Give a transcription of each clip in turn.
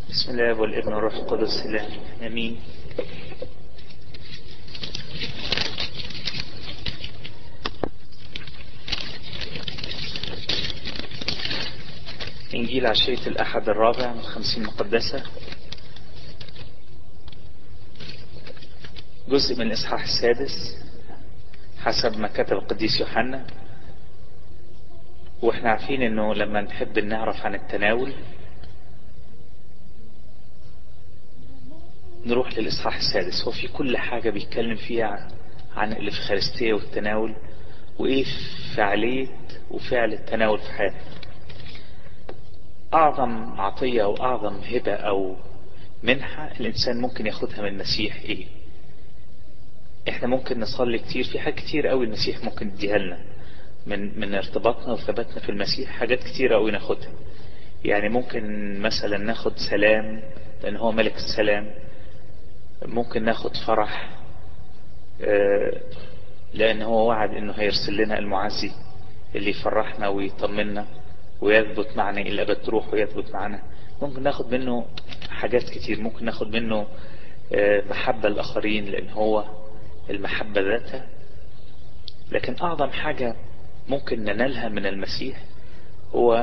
بسم الله والابن والروح القدس الله امين. انجيل عشية الاحد الرابع من 50 مقدسة، جزء من الاصحاح السادس حسب ما كتب القديس يوحنا. واحنا عارفين انه لما نحب نعرف عن التناول نروح للاصحاح السادس، وفي كل حاجة بيتكلم فيها عن الافخارستية والتناول وايه فعالية وفعل التناول في حياتنا. اعظم عطية او اعظم هبة او منحة الانسان ممكن ياخدها من المسيح ايه؟ احنا ممكن نصلي كتير في حاجات كتير قوي المسيح ممكن يديها لنا من ارتباطنا وثباتنا في المسيح، حاجات كتير قوي ناخدها. يعني ممكن مثلا ناخد سلام لان هو ملك السلام، ممكن ناخد فرح لان هو وعد انه هيرسل لنا المعزي اللي يفرحنا ويطمنا ويثبت معنا الى ابد تروح ويثبت معنا. ممكن ناخد منه حاجات كتير، ممكن ناخد منه محبة الاخرين لان هو المحبة ذاتها. لكن اعظم حاجة ممكن ننالها من المسيح هو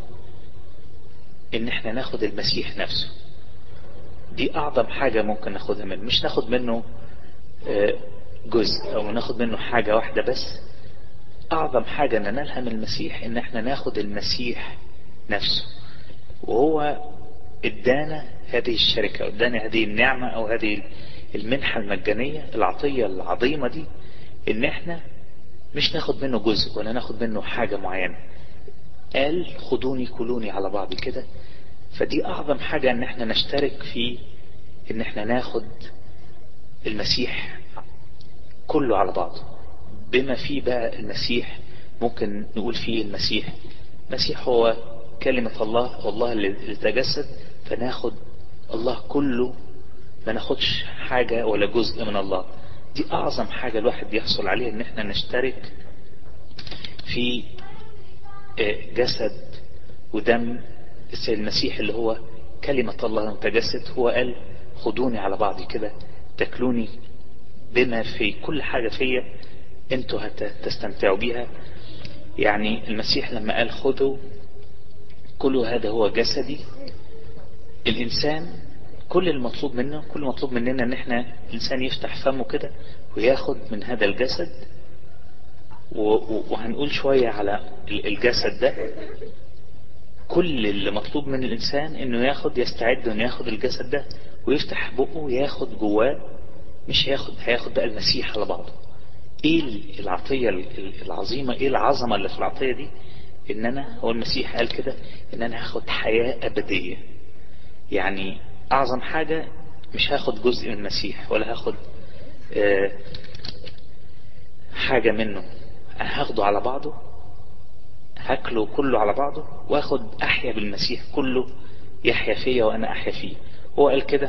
ان احنا ناخد المسيح نفسه. دي اعظم حاجة ممكن ناخدها منه، مش ناخد منه جزء او ناخد منه حاجة واحدة بس. اعظم حاجة ننالها من المسيح ان احنا ناخد المسيح نفسه، وهو ادانا هذه الشركة، ادانا هذه النعمة او هذه المنحة المجانية، العطية العظيمة دي، ان احنا مش ناخد منه جزء ولا ناخد منه حاجة معينة. قال خدوني كلوني على بعض كده. فدي اعظم حاجة ان احنا نشترك في ان احنا ناخد المسيح كله على بعضه، بما فيه بقى المسيح. ممكن نقول فيه المسيح هو كلمة الله والله اللي تجسد، فناخد الله كله، ما ناخدش حاجة ولا جزء من الله. دي اعظم حاجة الواحد بيحصل عليها، ان احنا نشترك في جسد ودم السيد المسيح اللي هو كلمة الله المتجسد. هو قال خدوني على بعضي كده تاكلوني، بما في كل حاجة فيا انتوا هتستمتعوا بيها. يعني المسيح لما قال خذوا كل هذا هو جسدي، الانسان كل المطلوب مننا ان احنا الانسان يفتح فمه كده وياخد من هذا الجسد. وهنقول شوية على الجسد ده. كل اللي مطلوب من الانسان انه يستعد انه ياخد الجسد ده ويفتح بقه وياخد جواه. مش هياخد بقى المسيح على بعضه. ايه العطية العظيمة، ايه العظمة اللي في العطية دي؟ هو المسيح قال كده ان انا هاخد حياة ابدية. يعني اعظم حاجة مش هاخد جزء من المسيح ولا هاخد حاجة منه، انا هاخده على بعضه، هاكله كله على بعضه واخد احيا بالمسيح كله، يحيا فيا وانا احيا فيه. هو قال كده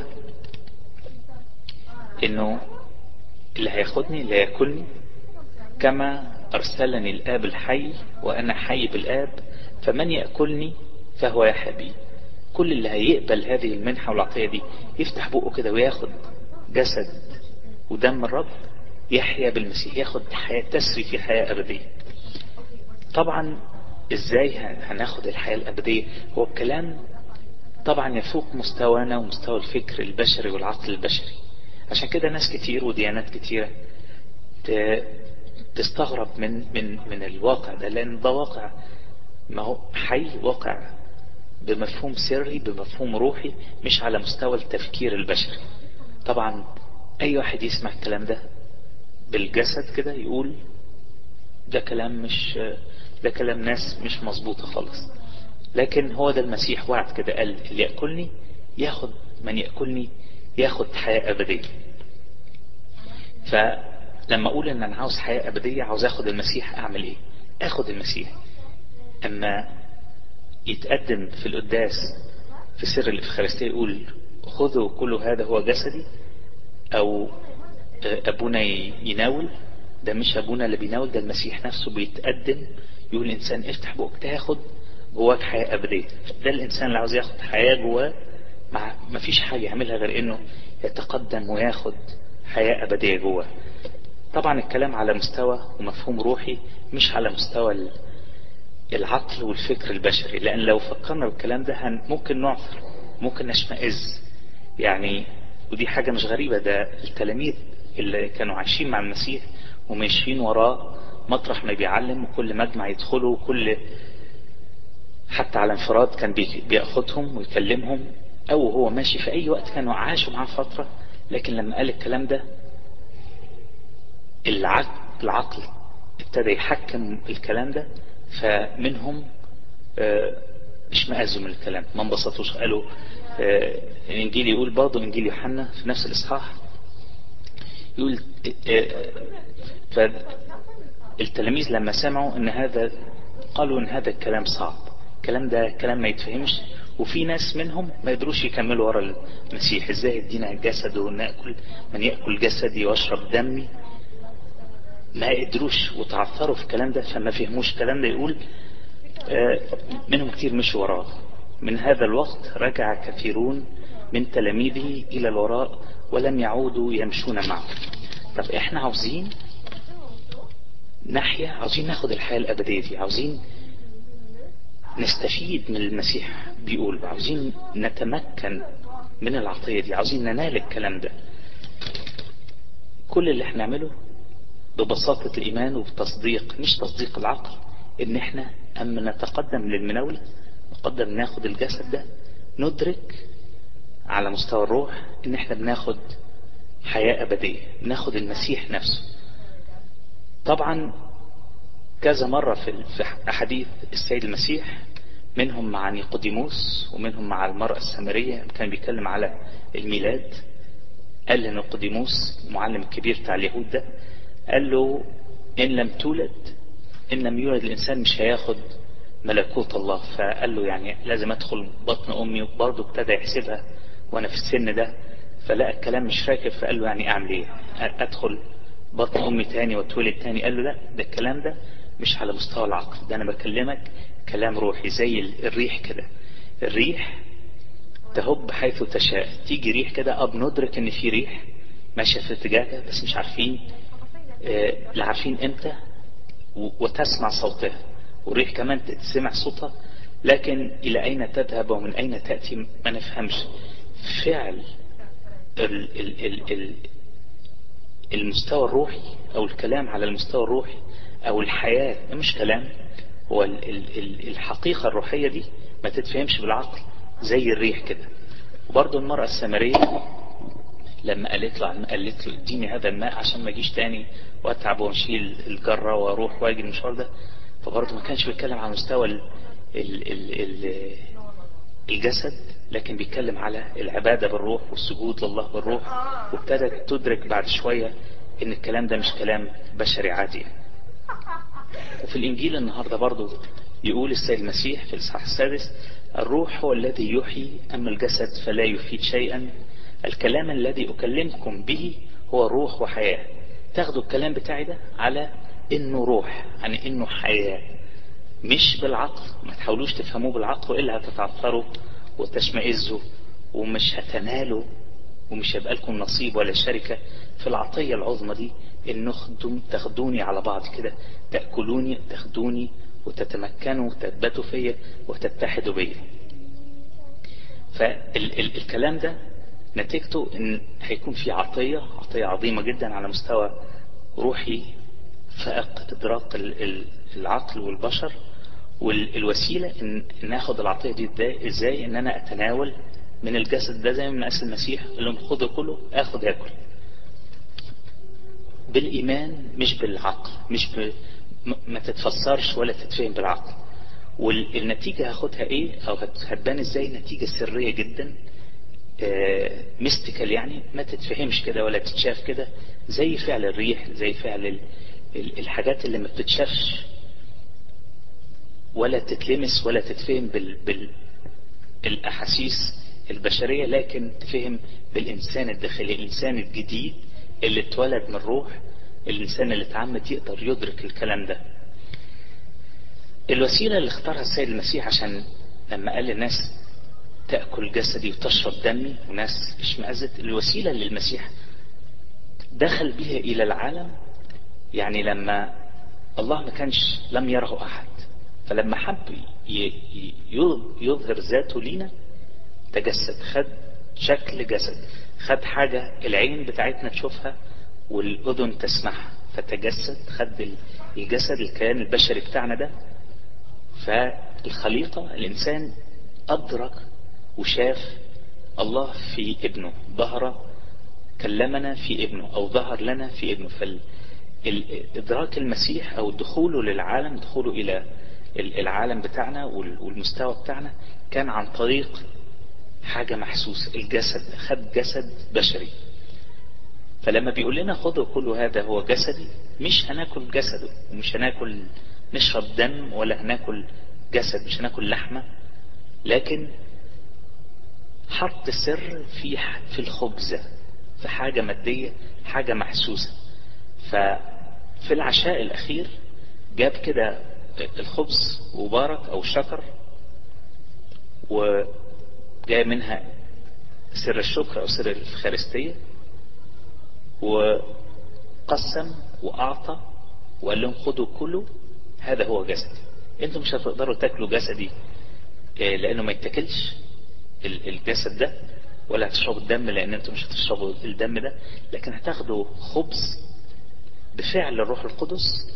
انه اللي هياخدني اللي هياكلني كما ارسلني الاب الحي وانا حي بالاب، فمن يأكلني فهو يحيا بي. كل اللي هيقبل هذه المنحة والعطية دي يفتح بقه كده وياخد جسد ودم الرب، يحيا بالمسيح، ياخد حياة تسري في حياة أبدية. طبعا ازاي هناخد الحياة الأبدية؟ هو الكلام طبعا يفوق مستوانا ومستوى الفكر البشري والعقل البشري. عشان كده ناس كتير وديانات كتيرة تستغرب من الواقع ده، لأن ده واقع ما هو حي، واقع بمفهوم سري بمفهوم روحي، مش على مستوى التفكير البشري. طبعا اي واحد يسمع الكلام ده بالجسد كده يقول ده كلام ناس مش مظبوطة خالص. لكن هو ده المسيح وعد كده، قال اللي يأكلني من يأكلني ياخد حياة أبدية. فلما اقول ان انا عاوز حياة أبدية، عاوز اخد المسيح، اعمل ايه؟ اخد المسيح. اما يتقدم في القداس في سر الإفخارستية يقول خذوا كل هذا هو جسدي، او ابونا يناول، ده مش ابونا اللي بيناول، ده المسيح نفسه بيتقدم يقول الانسان افتح بقك تاخد جواك حياة ابدية. ده الانسان اللي عاوز ياخد حياة جواه ما فيش حاجة يعملها غير انه يتقدم وياخد حياة ابدية جوه. طبعا الكلام على مستوى ومفهوم روحي، مش على مستوى العقل والفكر البشري، لان لو فكرنا بالكلام ده ممكن نعثر، ممكن نشمئز يعني. ودي حاجة مش غريبة، ده التلاميذ اللي كانوا عايشين مع المسيح وماشيين وراه مطرح ما بيعلم، وكل مجمع يدخله، وكل حتى على انفراد كان بياخدهم ويكلمهم، او هو ماشي في اي وقت كانوا عاشوا معاه فترة. لكن لما قال الكلام ده العقل ابتدى يحكم الكلام ده، فمنهم اشمئزوا من الكلام، ما انبسطوش. قالوا الانجيل يقول برضه، انجيل يوحنا في نفس الاصحاح يقول فالتلاميذ لما سمعوا ان هذا، قالوا ان هذا الكلام صعب، الكلام ده كلام ما يتفهمش. وفي ناس منهم ما يقدروش يكملوا ورا المسيح، ازاي يدينا جسد وناكل، من ياكل جسدي واشرب دمي. ما قدروش وتعثروا في الكلام ده، فما فهموش الكلام ده. يقول منهم كتير مشوا وراه. من هذا الوقت رجع كثيرون من تلاميذه الى الوراء ولم يعودوا يمشون معه. طب احنا عاوزين عاوزين ناخد الحياة الابدية دي، عاوزين نستفيد من المسيح بيقول، عاوزين نتمكن من العطية دي، عاوزين ننال الكلام ده. كل اللي احنا نعمله ببساطة الإيمان وبتصديق، مش تصديق العقل، إن إحنا أما نتقدم للمناولة، نقدم ناخد الجسد ده، ندرك على مستوى الروح إن إحنا بناخد حياة أبدية، بناخد المسيح نفسه. طبعا كذا مرة في أحاديث السيد المسيح، منهم مع نيقوديموس ومنهم مع المرأة السامرية، كان بيتكلم على الميلاد. قال لنيقوديموس المعلم الكبير بتاع اليهود ده، قال له إن لم يولد الإنسان مش هياخد ملكوت الله. فقال له يعني لازم أدخل بطن أمي. وبرضه ابتدى يحسبها وأنا في السن ده، فلقى الكلام مش راكب، فقال له يعني أعمل إيه؟ أدخل بطن أمي تاني واتولد تاني؟ قال له لا، ده الكلام ده مش على مستوى العقل، ده أنا بكلمك كلام روحي زي الريح كده. الريح تهب حيث تشاء، تيجي ريح كده، بندرك ان في ريح ماشية في اتجاهها، بس مش عارفين لا عارفين امتى، وتسمع صوتها، والريح كمان تسمع صوتها، لكن الى اين تذهب ومن اين تأتي ما نفهمش. فعل المستوى الروحي او الكلام على المستوى الروحي او الحياة، مش كلام، هو الحقيقة الروحية دي ما تتفهمش بالعقل، زي الريح كده. وبرضه المرأة السامرية لما قالت له اديني هذا الماء عشان ما اجيش تاني واتعب واشيل الجرة واروح واجي المشوار ده، فبرضه ما كانش بيتكلم على مستوى الجسد، لكن بيتكلم على العبادة بالروح والسجود لله بالروح. وابتدت تدرك بعد شوية ان الكلام ده مش كلام بشري عادي. وفي الانجيل النهاردة برضه يقول السيد المسيح في الاصحاح السادس: الروح هو الذي يحيي، اما الجسد فلا يفيد شيئا. الكلام الذي اكلمكم به هو روح وحياة. تاخدوا الكلام بتاعي ده على انه روح، يعني انه حياة، مش بالعقل. ما تحاولوش تفهموه بالعقل، وإلا هتتعثروا وتشمئزوا ومش هتنالوا، ومش هيبقى لكم نصيب ولا شركة في العطية العظمى دي، إن تاخدوني على بعض كده، تأكلوني، تاخدوني وتتمكنوا وتثبتوا فيا وتتحدوا بيا. فالكلام ده نتيجته إن هيكون في عطية عظيمة جدا على مستوى روحي فائق إدراك العقل والبشر. والوسيلة ان ناخد العطية دي ازاي؟ ان انا اتناول من الجسد ده زي ما قال المسيح، قال لهم خدوا كله، اخد اكل بالايمان مش بالعقل، ما تتفسرش ولا تتفهم بالعقل. والنتيجة هاخدها ايه او هتبان ازاي؟ نتيجة سرية جدا، ميستيكال، يعني ما تتفهمش كده ولا تتشاف كده، زي فعل الريح، زي فعل الحاجات اللي ما بتتشافش ولا تتلمس ولا تتفهم بالأحاسيس البشرية، لكن تفهم بالإنسان الداخلي، الإنسان الجديد اللي اتولد من روح، الإنسان اللي اتعمد يقدر يدرك الكلام ده. الوسيلة اللي اختارها السيد المسيح عشان لما قال للناس تأكل جسدي وتشرب دمي، وناس اشمئزت. الوسيلة اللي المسيح دخل بها إلى العالم، يعني لما الله ما كانش لم يره أحد، فلما حب يظهر ذاته لينا تجسد، خد شكل جسد، خد حاجة العين بتاعتنا تشوفها والأذن تسمعها، فتجسد، خد الجسد، الكيان البشري بتاعنا ده. فالخليقة الإنسان أدرك وشاف الله في ابنه، ظهر كلمنا في ابنه أو ظهر لنا في ابنه. فالإدراك المسيح أو دخوله للعالم، دخوله إلى العالم بتاعنا والمستوى بتاعنا كان عن طريق حاجة محسوسة، الجسد، خد جسد بشري. فلما بيقول لنا خذوا كلوا هذا هو جسدي، مش هناكل جسده، ومش هناكل نشرب دم، ولا هناكل جسد، مش هناكل لحمة، لكن حط سر في الخبزة، في حاجة مادية، حاجة محسوسة. ففي العشاء الأخير جاب كده الخبز وبارك أو شكر، وجاء منها سر الشكر أو سر الإفخارستية، وقسم وأعطى وقال لهم خذوا كلوا هذا هو جسدي. انتم مش هتقدروا تاكلوا جسدي لأنه ما يتاكلش الجسد ده، ولا هتشربوا الدم لأن انتم مش هتشربوا الدم ده، لكن هتاخدوا خبز بفعل الروح القدس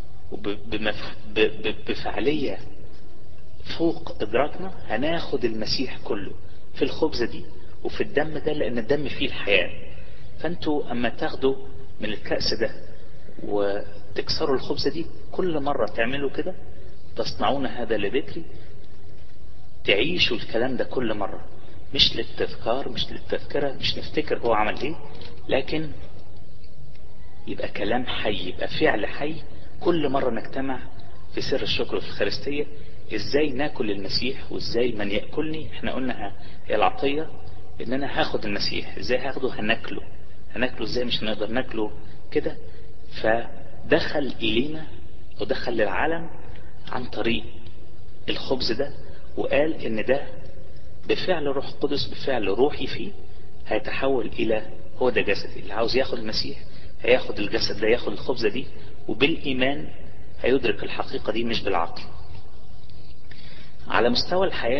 وبفعالية فوق إدراكنا. هناخد المسيح كله في الخبزة دي وفي الدم ده، لأن الدم فيه الحياة. فانتوا أما تاخدوا من الكأس ده وتكسروا الخبزة دي، كل مرة تعملوا كده، تصنعون هذا لذكري، تعيشوا الكلام ده كل مرة، مش للتذكار، مش للتذكرة، مش نفتكر هو عمل ايه، لكن يبقى كلام حي، يبقى فعل حي. كل مرة نجتمع في سر الشكر في الخارستية، ازاي ناكل المسيح وازاي من يأكلني. احنا قلنا هي العطية ان انا هاخد المسيح، ازاي هاخده؟ هناكله ازاي؟ مش هنقدر ناكله كده. فدخل الينا ودخل للعالم عن طريق الخبز ده، وقال ان ده بفعل روح القدس، بفعل روحي فيه، هيتحول الى هو ده جسدي. اللي عاوز ياخد المسيح هياخد الجسد ده، ياخد الخبزة دي، وبالإيمان هيدرك الحقيقة دي مش بالعقل. على مستوى الحياة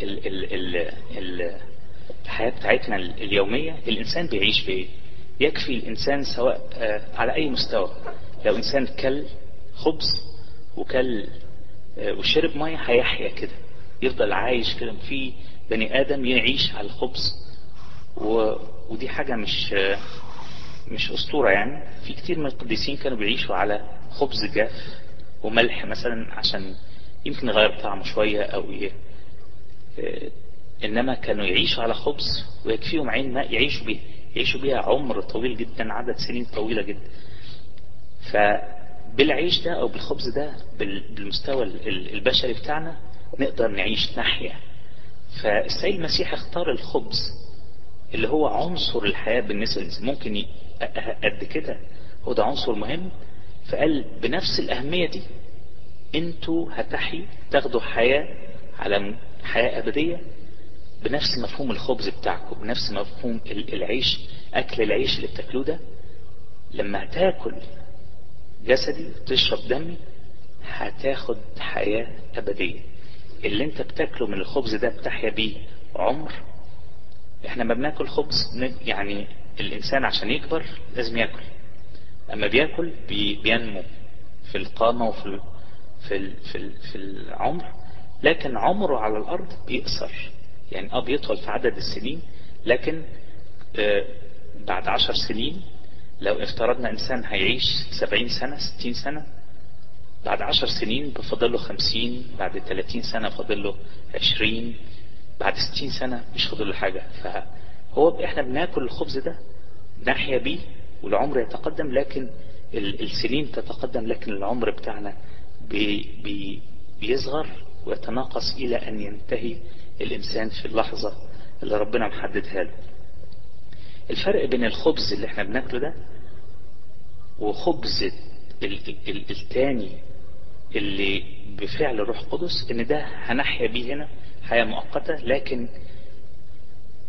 الحياة بتاعتنا اليومية، الإنسان بيعيش بإيه؟ يكفي الإنسان سواء على أي مستوى، لو إنسان كل خبز وكل وشرب مية هيحيا كده، يفضل عايش كده. في بني آدم يعيش على الخبز، ودي حاجة مش أسطورة يعني. في كتير من القديسين كانوا بيعيشوا على خبز جاف وملح مثلا، عشان يمكن يغير طعمه شوية أو إيه، إنما كانوا يعيشوا على خبز ويكفيهم عين ماء يعيشوا بيها عمر طويل جدا، عدد سنين طويلة جدا. فبالعيش ده أو بالخبز ده بالمستوى البشري بتاعنا نقدر نعيش، نحيا. فالسيد المسيح اختار الخبز اللي هو عنصر الحياة بالنسبة للإنسان، ممكن قد كده هو ده عنصر مهم. فقال بنفس الأهمية دي انتوا تاخدوا حياة على حياة أبدية بنفس مفهوم الخبز بتاعكم، بنفس مفهوم العيش، أكل العيش اللي بتاكلوه ده. لما تاكل جسدي وتشرب دمي هتاخد حياة أبدية. اللي انت بتاكله من الخبز ده بتحيا بيه عمر. احنا ما بناكل خبز، يعني الإنسان عشان يكبر لازم ياكل. اما بياكل بينمو في القامة وفي في العمر، لكن عمره على الأرض بيقصر، يعني بيطول في عدد السنين. لكن بعد 10 سنين، لو افترضنا إنسان هيعيش 70 سنة 60 سنة، بعد 10 سنين بفضل له 50، بعد 30 سنة بفضل له 20، بعد 60 سنة مش فضل له حاجة. فهو احنا بناكل الخبز ده نحيا بيه، والعمر يتقدم، لكن السنين تتقدم، لكن العمر بتاعنا بيصغر ويتناقص إلى أن ينتهي الإنسان في اللحظة اللي ربنا محددها له. الفرق بين الخبز اللي احنا بناكله ده وخبز التاني اللي بفعل روح قدس، ان ده هنحيا بيه هنا حياة مؤقتة، لكن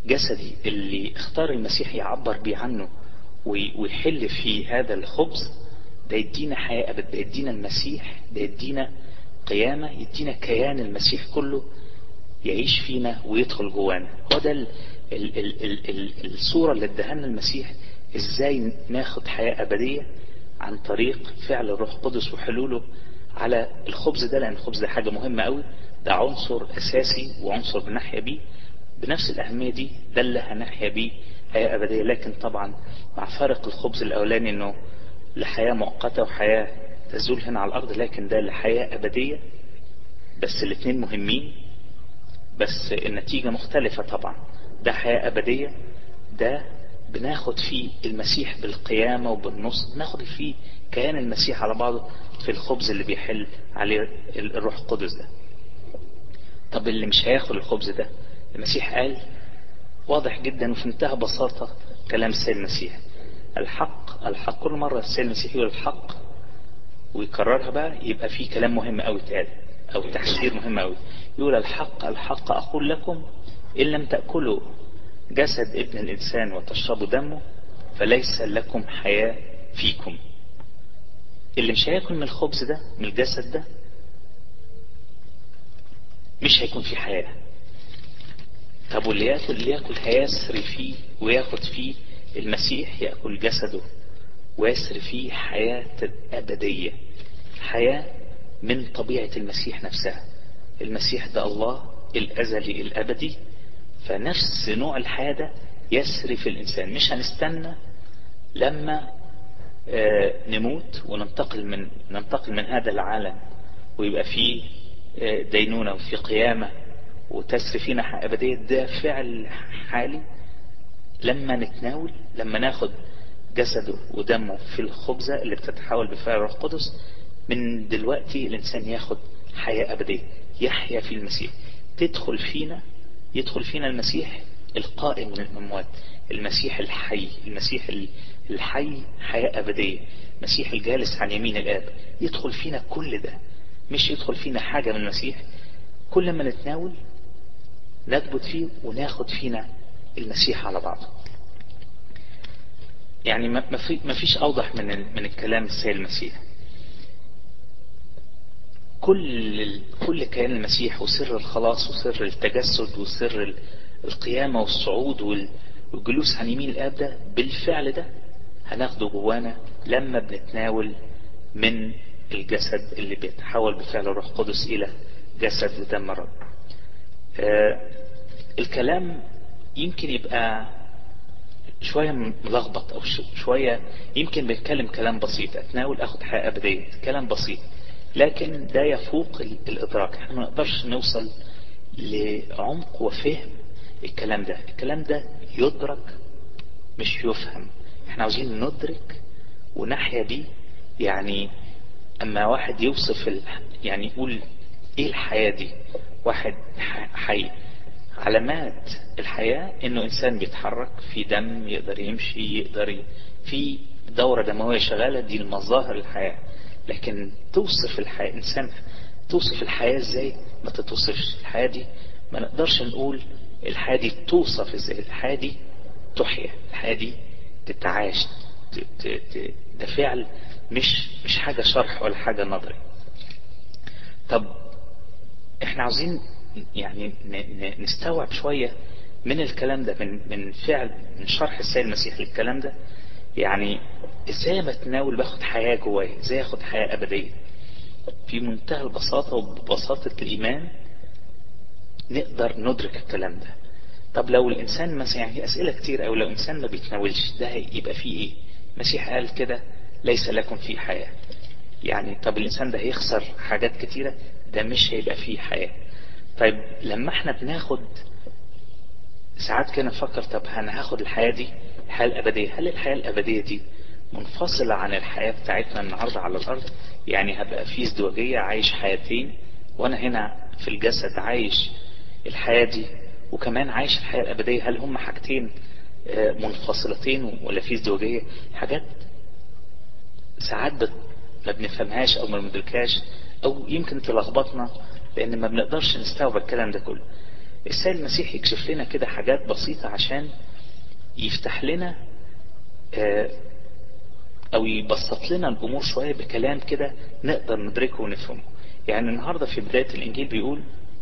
جسدي اللي اختار المسيح يعبر بيه عنه ويحل في هذا الخبز، ده يدينا حياة أبد، ده يدينا المسيح، ده يدينا قيامة، يدينا كيان المسيح كله يعيش فينا ويدخل جوانا. هو ده الصورة اللي ادهنا المسيح ازاي ناخد حياة أبدية عن طريق فعل الروح القدس وحلوله على الخبز ده، لأن الخبز ده حاجة مهمة قوي، ده عنصر أساسي وعنصر بنحيا بيه بنفس الأهمية دي، ده اللي هنحيا بيه حياة أبدية. لكن طبعا مع فرق الخبز الأولاني إنه لحياة مؤقتة وحياة تزول هنا على الأرض، لكن ده لحياة أبدية. بس الاثنين مهمين، بس النتيجة مختلفة طبعا. ده حياة أبدية، ده بناخد فيه المسيح بالقيامة وبالنص، بناخد فيه كيان المسيح على بعضه في الخبز اللي بيحل عليه الروح القدس ده. طب اللي مش هياخد الخبز ده، المسيح قال واضح جدا وفي منتهى بساطة كلام السيد المسيح، الحق الحق. كل مرة السيد المسيح يقول الحق ويكررها بقى يبقى فيه كلام مهم قوي تاني او تحذير مهم قوي. يقول الحق الحق اقول لكم ان لم تأكلوا جسد ابن الانسان وتشربوا دمه فليس لكم حياة فيكم. اللي مش هياكل من الخبز ده، من الجسد ده، مش هيكون فيه حياة. طب واللي ياكل، اللي ياكل هيسري فيه وياخد فيه المسيح، ياكل جسده ويسري فيه حياة أبدية، حياة من طبيعة المسيح نفسها. المسيح ده الله الأزلي الأبدي، فنفس نوع الحياة ده يسري في الإنسان. مش هنستنى لما نموت وننتقل من هذا العالم ويبقى فيه دينونة وفي قيامة وتسري فينا حياة أبدية. ده فعل حالي لما نتناول، لما ناخد جسده ودمه في الخبزة اللي بتتحول بفعل الروح القدس. من دلوقتي الإنسان ياخد حياة أبدية، يحيا في المسيح، يدخل فينا المسيح القائم من الأموات، المسيح الحي، المسيح الحي حياة أبدية، المسيح الجالس عن يمين الآب. يدخل فينا كل ده، مش يدخل فينا حاجة من المسيح. كل ما نتناول نثبت فيه وناخد فينا المسيح على بعضه. يعني ما فيش أوضح من الكلام السيد المسيح. كل كيان المسيح وسر الخلاص وسر التجسد وسر القيامة والصعود والجلوس عن يمين الآب ده، بالفعل ده هناخده جوانا لما بنتناول من الجسد اللي بيتحول بفعل الروح القدس إلى جسد ودم الرب. الكلام يمكن يبقى شوية ملخبط او شوية يمكن بنتكلم كلام بسيط، اتناول اخد حياة ابدية، كلام بسيط، لكن ده يفوق الادراك. احنا ما نقدرش نوصل لعمق وفهم الكلام ده. الكلام ده يدرك مش يفهم. احنا عاوزين ندرك ونحيا بيه. يعني اما واحد يوصف يعني يقول ايه الحياة دي، واحد حي، علامات الحياة انه انسان بيتحرك في دم، يقدر يمشي، في دورة دموية شغالة، دي المظاهر الحياة. لكن توصف الحياة، انسان توصف الحياة ازاي؟ ما تتوصفش الحياة دي. ما نقدرش نقول الحياة دي توصف ازاي. الحياة دي تحيا، الحياة دي تتعاش، ده فعل، مش حاجة شرح ولا حاجة نظري. طب احنا عاوزين يعني نستوعب شوية من الكلام ده، من فعل، من شرح السيد المسيح للكلام ده. يعني ازاي بتناول باخد حياة جوايا، ازاي اخد حياة ابدية في منتهى البساطة وببساطة الايمان نقدر ندرك الكلام ده. طب لو الانسان مثلا، يعني اسئلة كتير، او لو انسان ما بيتناولش ده يبقى فيه ايه؟ المسيح قال كده ليس لكم فيه حياة. يعني طب الانسان ده هيخسر حاجات كتيرة، ده مش هيبقى فيه حياة. طيب لما احنا بناخد ساعات كده نفكر، طب انا هاخد الحياة دي الحياة الابدية، هل الحياة الابدية دي منفصلة عن الحياة بتاعتنا النهاردة على الارض؟ يعني هبقى في ازدواجية عايش حياتين، وانا هنا في الجسد عايش الحياة دي وكمان عايش الحياة الابدية؟ هل هم حاجتين منفصلتين ولا في ازدواجية؟ حاجات ساعات ما بنفهمهاش او ما بندركهاش، او يمكن تلخبطنا لان ما بنقدرش نستوعب الكلام ده كله. السيد المسيح يكشف لنا كده حاجات بسيطة عشان يفتح لنا او يبسط لنا الامور شوية بكلام كده نقدر ندركه ونفهمه. يعني النهاردة في بداية الانجيل بيقول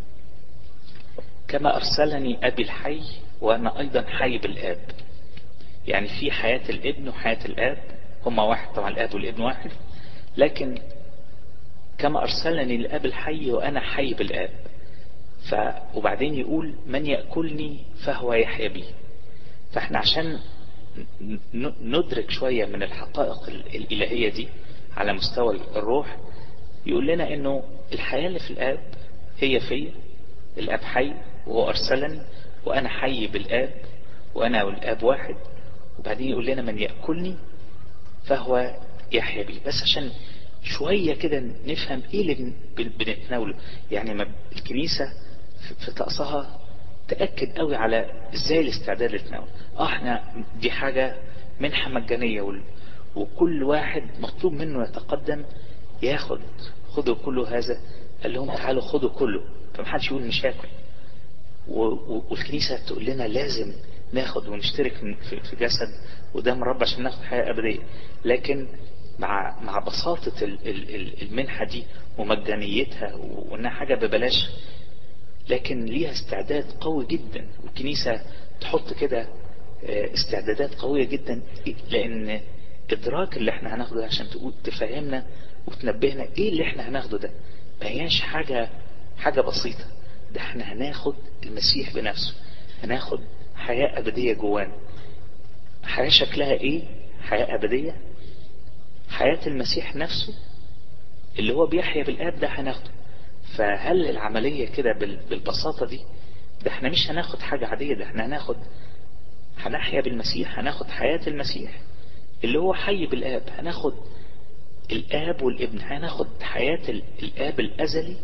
كما ارسلني ابي الحي وانا ايضا حي بالاب. يعني في حياة الابن وحياة الاب، هما واحد طبعا، الاب والابن واحد، لكن كما ارسلني الاب الحي وانا حي بالاب. وبعدين يقول من يأكلني فهو يحيا بي. فاحنا عشان ندرك شوية من الحقائق الإلهية دي على مستوى الروح، يقول لنا انه الحياة اللي في الآب هي فيا، الآب حي وهو أرسلني وأنا حي بالآب وأنا والآب واحد. وبعدين يقول لنا من يأكلني فهو يحيا بي. بس عشان شوية كده نفهم ايه اللي بنتناوله. يعني ما الكنيسة في طقسها تأكد قوي على ازاي الاستعداد للتناول. احنا دي حاجة منحة مجانية، وكل واحد مطلوب منه يتقدم ياخد. خدوا كله هذا، قال لهم تعالوا خدوا كله، فمحدش يقول مش هاكل. والكنيسة تقول لنا لازم ناخد ونشترك في جسد ودم رب عشان ناخد حياة أبدية. لكن مع بساطة المنحة دي ومجانيتها وانها حاجة ببلاش، لكن ليها استعداد قوي جدا. والكنيسة تحط كده استعدادات قوية جدا، لان ادراك اللي احنا هناخده ده عشان تفهمنا وتنبهنا ايه اللي احنا هناخده ده. ما هياش حاجة بسيطة، ده احنا هناخد المسيح بنفسه، هناخد حياة أبدية جوانا. حياة شكلها ايه؟ حياة أبدية، حياة المسيح نفسه اللي هو بيحيا بالآب، ده هناخده. فهل العملية كده بالبساطة دي؟ ده احنا مش هناخد حاجة عادية، ده احنا هنحيا بالمسيح، هناخد حياة المسيح اللي هو حي بالآب، هناخد الآب والابن، هناخد حياة الآب الأزلي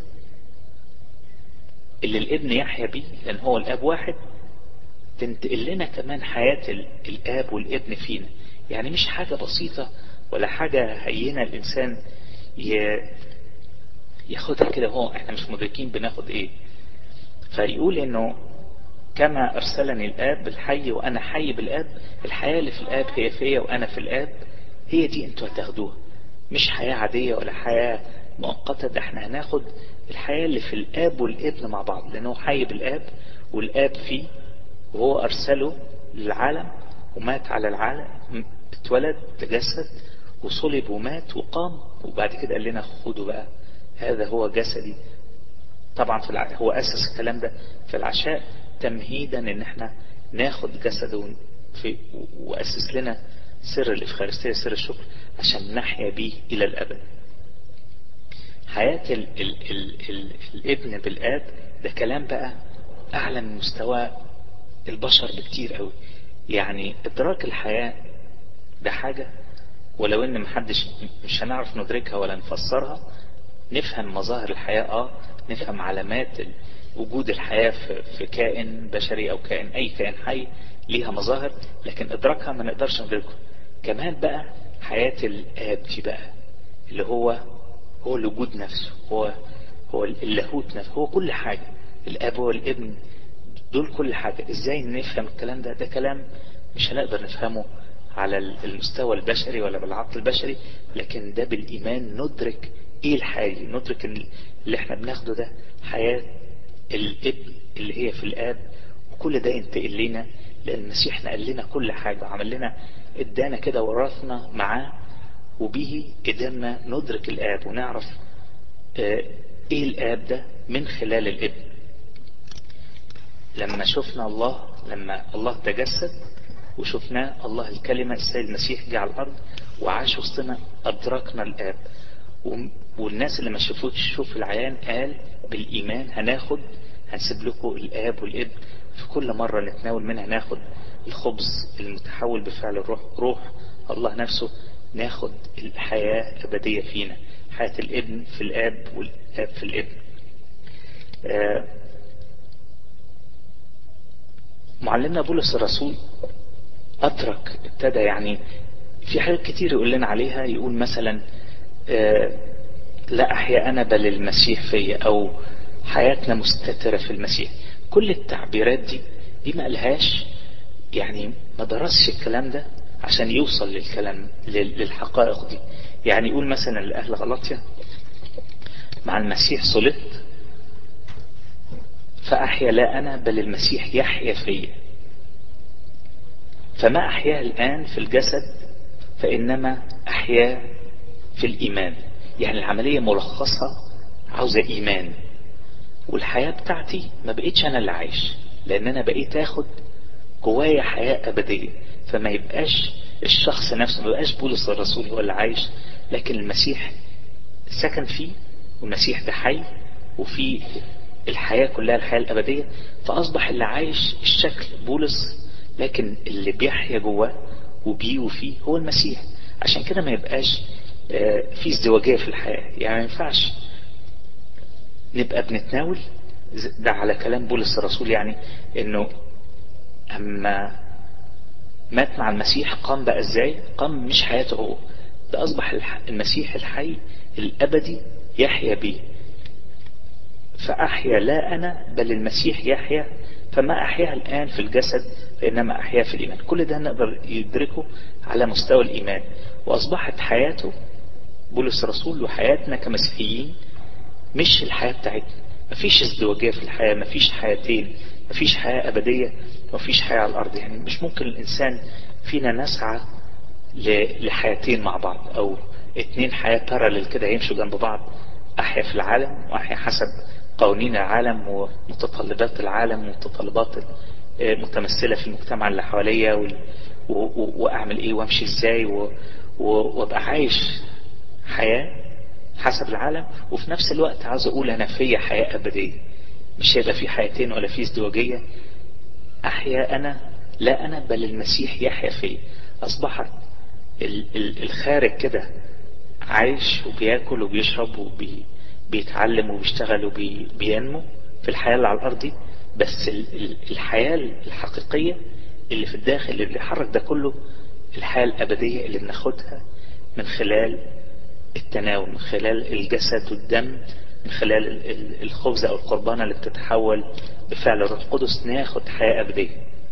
اللي الابن يحيا بيه لأن هو الآب واحد. تنتقل لنا كمان حياة الآب والابن فينا. يعني مش حاجة بسيطة ولا حاجة هينة الإنسان ياخدها كده، هو احنا مش مدركين بناخد ايه. فيقول انه كما ارسلني الآب الحي وانا حي بالآب. الحياة اللي في الآب هي فيا وانا في الآب، هي دي انتوا هتاخدوها. مش حياة عادية ولا حياة مؤقتة، ده احنا هناخد الحياة اللي في الآب والابن مع بعض، لانه حي بالآب والآب فيه، وهو ارسله للعالم ومات على العالم، اتولد تجسد وصلب ومات وقام. وبعد كده قال لنا خدوا بقى هذا هو جسدي. طبعا هو اسس الكلام ده في العشاء تمهيدا ان احنا ناخد جسده واسس لنا سر الافخارستية، سر الشكر، عشان نحيا بيه الى الابد. حياة الابن بالاب ده كلام بقى اعلى من مستوى البشر بكتير قوي. يعني ادراك الحياة ده حاجة، ولو ان مش هنعرف ندركها ولا نفسرها. نفهم مظاهر الحياة، نفهم علامات وجود الحياة في كائن بشري او اي كائن حي ليها مظاهر، لكن ادراكها ما نقدرش ندركه. كمان بقى حياة الآب دي بقى اللي هو الوجود نفسه، هو اللاهوت نفسه، هو كل حاجة. الآب والابن دول كل حاجة. ازاي نفهم الكلام ده؟ ده كلام مش هنقدر نفهمه على المستوى البشري ولا بالعقل البشري، لكن ده بالإيمان ندرك ايه الحاجة، ندرك ان اللي احنا بناخده ده حياة الابن اللي هي في الآب. وكل ده ينتقل لنا لأن المسيح نقل لنا كل حاجة، عمل لنا ادانا كده ورثنا معاه، وبه قدرنا ندرك الآب ونعرف ايه الآب ده من خلال الابن. لما شفنا الله، لما الله تجسد وشفناه، الله الكلمة السيد المسيح جه على الأرض وعاش وسطنا، أدركنا الآب. والناس اللي ما شافوش شوف العيان قال بالإيمان هنسيب لكم الآب والابن. في كل مرة نتناول منها ناخد الخبز المتحول بفعل الروح، روح الله نفسه، ناخد الحياة الأبدية فينا، حياة الابن في الآب والآب في الابن. معلمنا بولس الرسول أدرك، ابتدى يعني في حاجات كتير يقول لنا عليها. يقول مثلا لا أحيا أنا بل المسيح فيا، أو حياتنا مستترة في المسيح. كل التعبيرات دي ما قالهاش، يعني ما درسش الكلام ده عشان يوصل للكلام للحقائق دي. يعني يقول مثلا لأهل غلطية مع المسيح صلبت فأحيا لا أنا بل المسيح يحيا فيا، فما أحياه الآن في الجسد فإنما أحياه في الإيمان. يعني العملية ملخصة عاوزة إيمان، والحياة بتاعتي ما بقيتش أنا اللي عايش، لأن أنا بقيت أخد جوايا حياة أبدية. فما يبقاش الشخص نفسه، ما يبقاش بولس الرسول هو اللي عايش، لكن المسيح سكن فيه، والمسيح ده حي وفي الحياة كلها الحياة الأبدية. فأصبح اللي عايش الشكل بولس، لكن اللي بيحيا جواه وبيه وفيه هو المسيح. عشان كده ما يبقاش في ازدواجية في الحياة. يعني ما ينفعش نبقى بنتناول ده على كلام بولس الرسول، يعني انه اما مات مع المسيح قام بقى ازاي؟ قام مش حياته هو، ده اصبح المسيح الحي الابدي يحيا به. فاحيا لا انا بل المسيح يحيا، فما احياه الان في الجسد فانما احياه في الايمان. كل ده نقدر يدركه على مستوى الايمان. واصبحت حياته بولس الرسول وحياتنا كمسيحيين مش الحياة بتاعتنا. مفيش ازدواجية في الحياة، مفيش حياتين، مفيش حياة أبدية، مفيش حياة على الأرض. يعني مش ممكن الإنسان فينا نسعى لحياتين مع بعض، أو اتنين حياة باراليل كده يمشوا جنب بعض. أحيا في العالم وأحيا حسب قوانين العالم ومتطلبات العالم ومتطلبات متمثلة في المجتمع اللي حواليا، وأعمل إيه وأمشي إزاي وأبقى عايش حياة حسب العالم. وفي نفس الوقت عاوز اقول انا فيا حياة ابدية. مش هيبقى في حياتين ولا في ازدواجية. احيا انا لا انا بل المسيح يحيا فيا. اصبحت الخارج كده عايش وبياكل وبيشرب وبيتعلم وبيشتغل وبينمو في الحياة اللي على الارض دي، بس الحياة الحقيقية اللي في الداخل اللي بيحرك ده كله الحياة الابدية اللي بناخدها من خلال التناول، من خلال الجسد والدم، من خلال الخبز او القربانة اللي بتتحول بفعل الروح القدس ناخد حياة أبدية.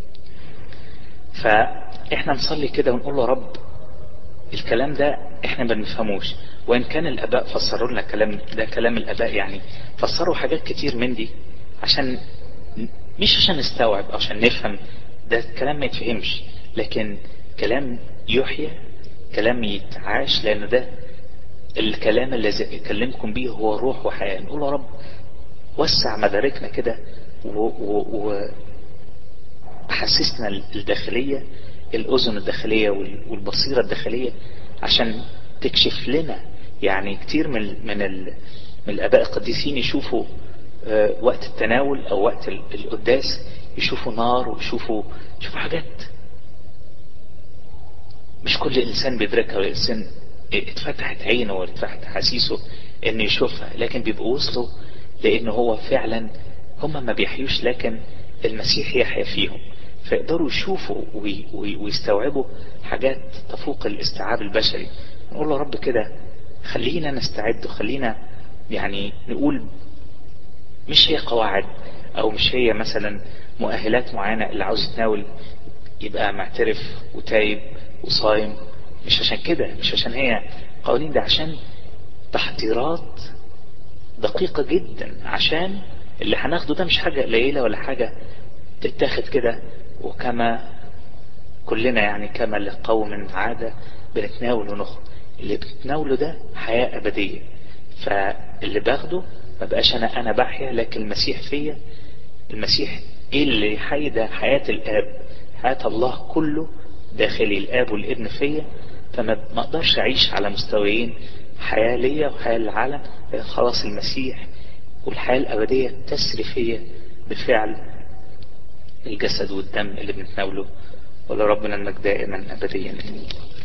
فاحنا نصلي كده ونقول له رب الكلام ده احنا ما بنفهموش، وان كان الاباء فسروا لنا الكلام ده، كلام الاباء يعني فسروا حاجات كتير من دي عشان مش عشان نستوعب او عشان نفهم، ده كلام ما يتفهمش، لكن كلام يحيى، كلام يتعاش، لان ده الكلام الذي اكلمكم به هو روح وحياة. نقول يا رب وسع مداركنا كده وحسسنا الداخلية، الأذن الداخلية والبصيرة الداخلية، عشان تكشف لنا. يعني كتير من الآباء القديسين يشوفوا وقت التناول أو وقت القداس يشوفوا نار ويشوفوا حاجات مش كل إنسان بيدركها، والإنسان اتفتحت عينه واتفتحت حسيسه إنه يشوفها، لكن بيبقوا وصلوا لأنه هو فعلا هم ما بيحيوش، لكن المسيح يحيا فيهم، فيقدروا يشوفوا ويستوعبوا حاجات تفوق الاستيعاب البشري. نقول له رب كده خلينا نستعد، وخلينا يعني نقول مش هي قواعد او مش هي مثلا مؤهلات معينة اللي عاوز يتناول يبقى معترف وتايب وصايم. مش عشان كده، مش عشان هي قوانين، ده عشان تحضيرات دقيقة جدا، عشان اللي هناخده ده مش حاجة قليلة ولا حاجة تتاخد كده وكما كلنا يعني كما لقوم عادة بنتناول ونخرج. اللي بتتناوله ده حياة أبدية، فاللي باخده ما بقاش أنا بحيا، لكن المسيح فيا. المسيح ايه اللي حي؟ ده حياة الآب، حياة الله كله داخلي، الآب والابن فيا. فما اقدرش أعيش على مستويين، حياة ليا وحياة للعالم. خلاص المسيح والحياة الأبدية تسري فيا بفعل الجسد والدم اللي بنتناوله. ولربنا المجد دائما أبديا.